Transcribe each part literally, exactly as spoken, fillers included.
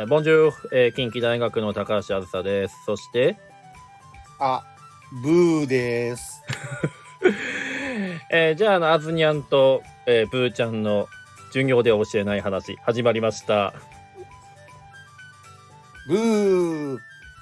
ー、ボンジュール、えー、近畿大学の高橋あずさです。そしてあ、ブーです、 えー、じゃあ、あのあずにゃんと、えー、ブーちゃんの授業で教えない話始まりました。 ブー。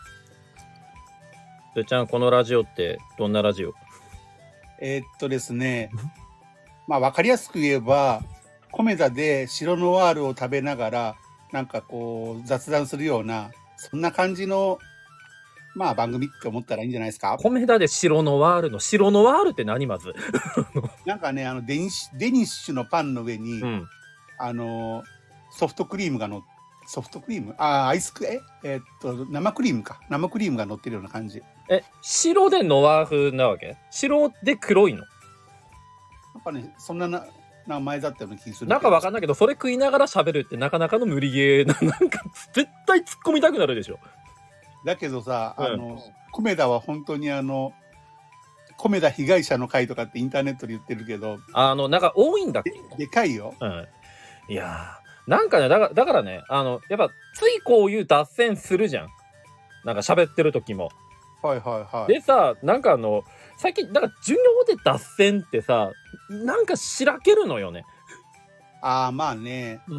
ブーちゃん、このラジオってどんなラジオ？ えー、っとですねまあ分かりやすく言えばコメダで白ノワールを食べながらなんかこう雑談するようなそんな感じのまあ番組って思ったらいいんじゃないですか。 コメダで白ノワールの白ノワールって何？まずなんかね、あのデニッシュデニッシュのパンの上に、うん、あのソフトクリームがのソフトクリームあアイスクええー、っと生クリームか生クリームが乗ってるような感じ。 え白でノワールなわけ？白で黒いの？ なんかねそんなな名前だったような気がする。 なんかわかんないけど、それ食いながら喋るってなかなかの無理ゲーな、なんか絶対突っ込みたくなるでしょ。 だけどさ、うん、あのコメダは本当にあのコメダ被害者の会とかってインターネットで言ってるけど、 あのなんか多いんだっけ？ で, でかいよ、 うん、いやーなんかねだから、だからねあのやっぱついこういう脱線するじゃん、なんか喋ってる時も。 はいはいはい。 でさ、なんかあの最近なんか授業で脱線ってさなんかしらけるのよね。 ああまあね、 うん、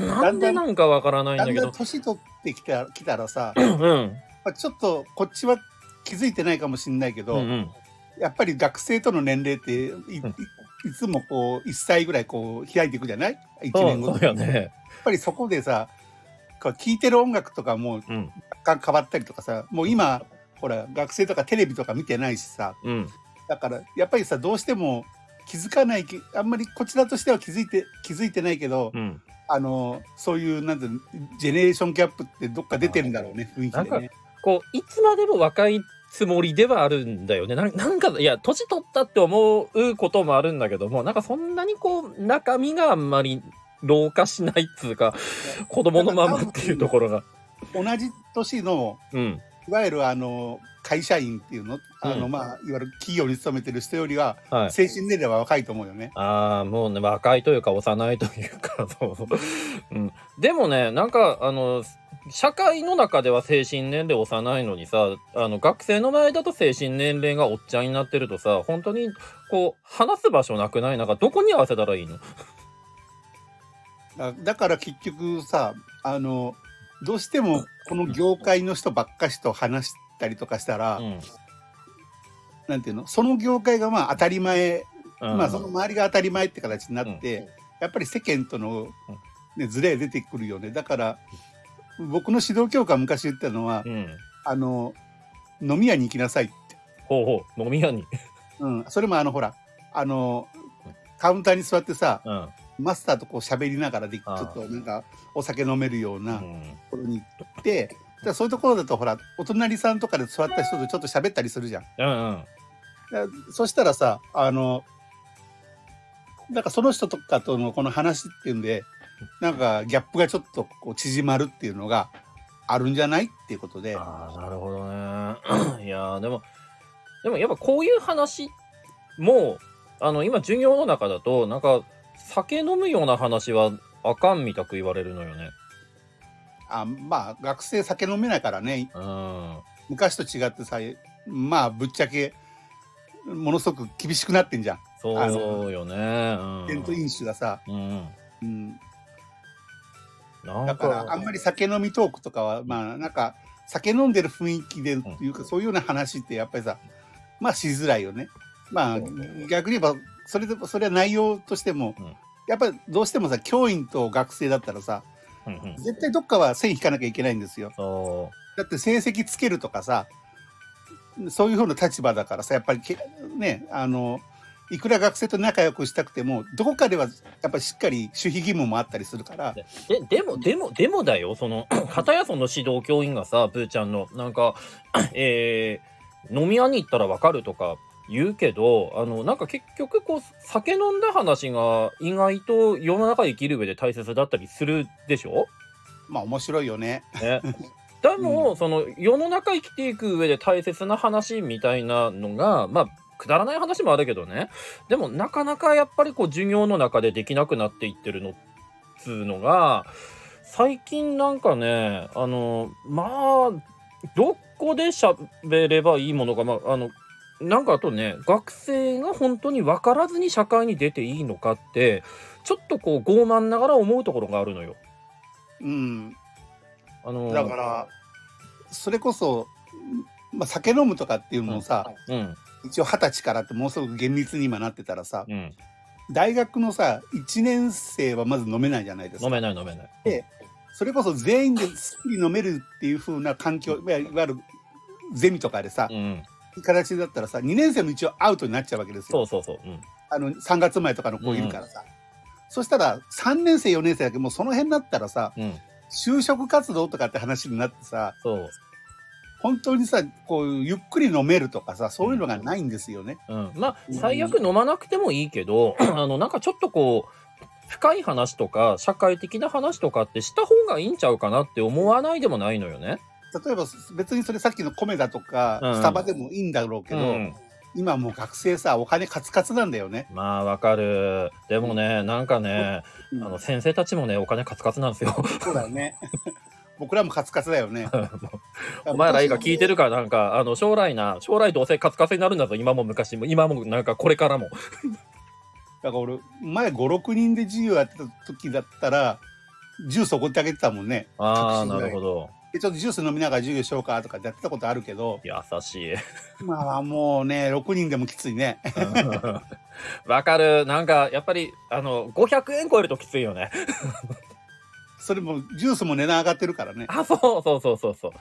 なんでなんかわからないんだけど、 だんだん年取ってきたきたらさ、 うん、 まあ、ちょっとこっちは気づいてないかもしれないけど、うんうん、やっぱり学生との年齢って い,、うん、い, いつもこういっさいぐらいこう開いていくじゃない、いちねんごとに。そうよね。やっぱりそこでさこう聴いてる音楽とかも若干変わったりとかさ、もう今ほら学生とかテレビとか見てないしさ、うん、だからやっぱりさどうしても気づかない、あんまりこちらとしては気づいて気づいてないけど、うん、あのそういうなんてジェネレーションギャップってどっか出てるんだろうね、雰囲気でね。なんかこういつまでも若いつもりではあるんだよね。な, なんかいや年取ったって思うこともあるんだけども、なんかそんなにこう中身があんまり老化しないっつうか子供のままっていうところが同じ年の、うん、いわゆるあの会社員っていうの、あの、うん、まあいわゆる企業に勤めてる人よりは、はい、精神年齢は若いと思うよね。 ああもうね若いというか幼いというかそうそう、うん、でもねなんかあの社会の中では精神年齢幼いのにさ、あの学生の前だと精神年齢がおっちゃんになってるとさ、本当にこう話す場所なくない？なんかどこに合わせたらいいの？ だから結局さ、あのどうしてもこの業界の人ばっかしと話したりとかしたら、うん、なんていうの、その業界がまあ当たり前、うん、まあその周りが当たり前って形になって、うん、やっぱり世間との、ね、ズレ出てくるよね。だから僕の指導教官昔言ったのは、うん、あの飲み屋に行きなさいって。 ほうほう、飲み屋に、 うん、それもあのほらあのカウンターに座ってさ、うん、マスターとこう喋りながらでちょっとなんかお酒飲めるようなところに行って、うん、そういうところだとほらお隣さんとかで座った人とちょっと喋ったりするじゃん。うんうん、そしたらさ、あのなんかその人とかとのこの話っていうんでなんかギャップがちょっとこう縮まるっていうのがあるんじゃないっていうことで。 ああなるほどね。いやでもでもやっぱこういう話もあの今授業の中だとなんか酒飲むような話はあかんみたく言われるのよね。 あまあ学生酒飲めないからね、うん、昔と違ってさ、まあぶっちゃけものすごく厳しくなってんじゃん。 そうよね。 伝統飲酒がさ、うんうん、だからあんまり酒飲みトークとかはまあなんか酒飲んでる雰囲気でっていうか、うん、そういうような話ってやっぱりさまあしづらいよね。まあ逆に言えばそれでそれは内容としても、うん、やっぱりどうしてもさ教員と学生だったらさ、うんうん、絶対どっかは線引かなきゃいけないんですよ。だって成績つけるとかさそういうふうな立場だからさ、やっぱりねあのいくら学生と仲良くしたくてもどこかではやっぱりしっかり守秘義務もあったりするから。 で, でもでもでもだよ、その片やその指導教員がさブーちゃんのなんか、えー、飲み屋に行ったら分かるとか言うけど、あのなんか結局こう酒飲んだ話が意外と世の中生きる上で大切だったりするでしょ。 まあ面白いよね。 ねでも、うん、その世の中生きていく上で大切な話みたいなのがまあくだらない話もあるけどね、でもなかなかやっぱりこう授業の中でできなくなっていってるのっつうのが最近なんかね、あの、まあ、どこで喋ればいいものか、まあ、あの、なんかあとね、学生が本当に分からずに社会に出ていいのかって、ちょっとこう傲慢ながら思うところがあるのよ。 うん。 あのだから、それこそ、まあ、酒飲むとかっていうのもさ、 うん、 一応二十歳からってもうすぐ厳密に今なってたらさ、 うん、 大学のさ、いちねん生はまず飲めないじゃないですか。 飲めない飲めない。 で、それこそ全員で好きに飲めるっていう風な環境、いわゆるゼミとかでさ、 うん、 形だったらさ、にねん生も一応アウトになっちゃうわけですよ。 そうそうそう。うん、 あのさんがつまえとかの子いるからさ、うん、そしたらさんねん生よねん生だけもうその辺だったらさ、うん、就職活動とかって話になってさ、そう本当にさこうゆっくり飲めるとかさそういうのがないんですよね。 うんうん、まあ最悪飲まなくてもいいけど、うん、あのなんかちょっとこう深い話とか社会的な話とかってした方がいいんちゃうかなって思わないでもないのよね。 例えば別にそれさっきの米だとか、うん、スタバでもいいんだろうけど、うん、今もう学生さお金カツカツなんだよね。 まあわかる。でもね、なんかね、うん、あの先生たちもねお金カツカツなんですよ。 そうだよね。僕らもカツカツだよね。 お前ら今聞いてるからなんかあの将来な将来どうせカツカツになるんだぞ、今も昔も今もなんかこれからも。 だから俺前ごろくにんで授業やってた時だったらジュースおごってあげてたもんね。 ああなるほど。 でちょっとジュース飲みながら授業しようかとかやってたことあるけど、 優しい。 まあもうねろくにんでもきついね。 わかる。なんかやっぱりあのごひゃくえん超えるときついよね。 それもジュースも値段上がってるからね。 あ、そうそうそうそうそう。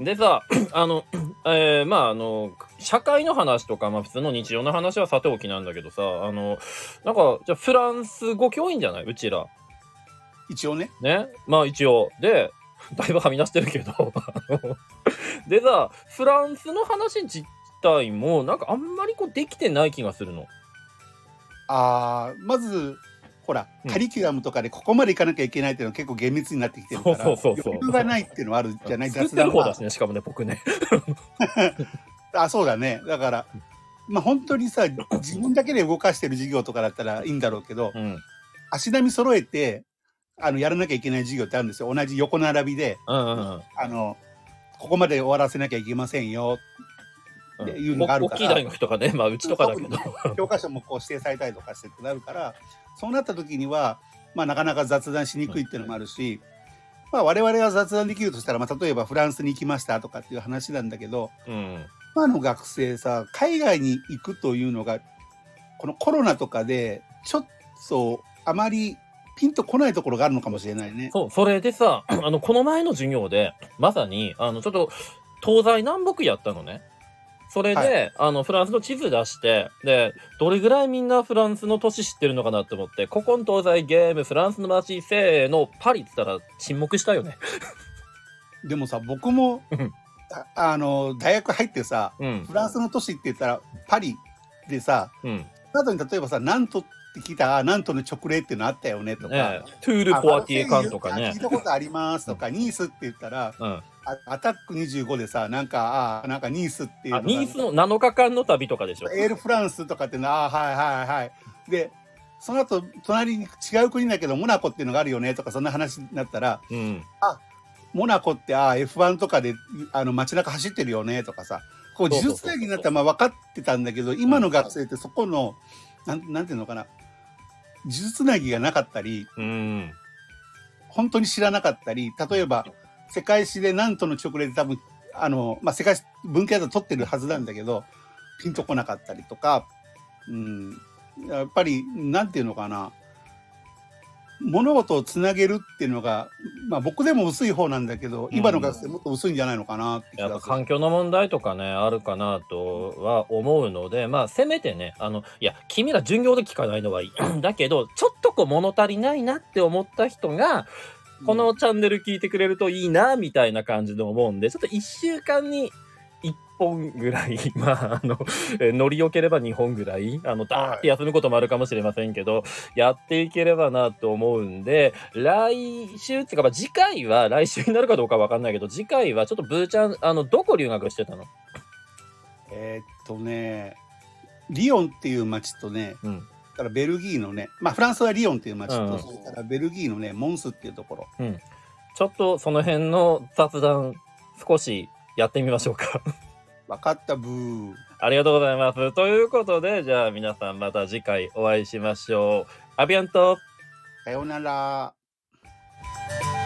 でさ、あの、えー、まああの社会の話とか、まあ普通の日常の話はさておきなんだけどさ、あのなんかじゃあフランス語教員じゃない？うちら。 一応ね。 ね、まあ一応でだいぶはみ出してるけど、でさフランスの話自体もなんかあんまりこうできてない気がするの。 ああ、まず。ほら、カリキュラムとかでここまでいかなきゃいけないっていうのは結構厳密になってきてるから、そうそうそうそう、余裕がないっていうのはあるじゃない。 作ってる方だしね、しかもね僕ね。 あ、そうだね。だからまあ本当にさ自分だけで動かしてる授業とかだったらいいんだろうけど、うん、足並み揃えてあのやらなきゃいけない授業ってあるんですよ。同じ横並びで、うんうんうん、あのここまで終わらせなきゃいけませんよっていうのがあるから、 大きい大学とかね、まあうちとかだけど教科書もこう指定されたりとかしてってなるから、そうなった時には、まあ、なかなか雑談しにくいっていうのもあるし、まあ、我々は雑談できるとしたら、まあ、例えばフランスに行きましたとかっていう話なんだけど、うん、今の学生さ海外に行くというのがこのコロナとかでちょっとあまりピンとこないところがあるのかもしれないね。 そう、それでさ、あのこの前の授業でまさにあのちょっと東西南北やったのね。それで、はい、あのフランスの地図出してでどれぐらいみんなフランスの都市知ってるのかなって思って、古今東西ゲームフランスの街せーのパリって言ったら沈黙したよね。 でもさ僕もあの大学入ってさ、うん、フランスの都市って言ったらパリでさ、うん、あとに例えばさナントって聞いたらナントの直令っていうのあったよねとか、ね、 トゥール・ポワティエカンとかね聞いたことありますとか、うん、ニースって言ったら、うんアタックにじゅうごでさなんかあなんかニースっていうのがニースのなのかかんの旅とかでしょ。 エールフランスとかっていうのはあはいはいはいでその後隣に違う国だけどモナコっていうのがあるよねとかそんな話になったら、うん、あモナコってあ エフワン とかであの街中走ってるよねとかさこう呪術大義になったらまあ分かってたんだけど今の学生ってそこのなん、なんていうのかな呪術なぎがなかったり、うん、本当に知らなかったり例えば世界史でナントの直令で多分あの、まあ、世界史文系だと取ってるはずなんだけどピンとこなかったりとか、うん、やっぱりなんていうのかな物事をつなげるっていうのが、まあ、僕でも薄い方なんだけど、うん、今の学生もっと薄いんじゃないのかなって気がする。 やっぱ環境の問題とかねあるかなとは思うので、まあせめてねあのいや君ら授業で聞かないのはいいだけどちょっとこう物足りないなって思った人がこのチャンネル聞いてくれるといいなみたいな感じで思うんで、ちょっといっしゅうかんにいっぽんぐらいまああの乗りよければにほんぐらいあのダーって休むこともあるかもしれませんけど、はい、やっていければなと思うんで、来週っていうか、まあ、次回は来週になるかどうかわかんないけど次回はちょっとブーちゃんあのどこ留学してたの？ えー、っとねリヨンっていう町とね、うん、 からベルギーのね、まあフランスはリヨンっていう街と、うん、それからベルギーのね、モンスっていうところ。 うん。ちょっとその辺の雑談、少しやってみましょうか。 わかったブー。 ありがとうございます。ということで、じゃあ皆さんまた次回お会いしましょう。アビアント。 さようなら。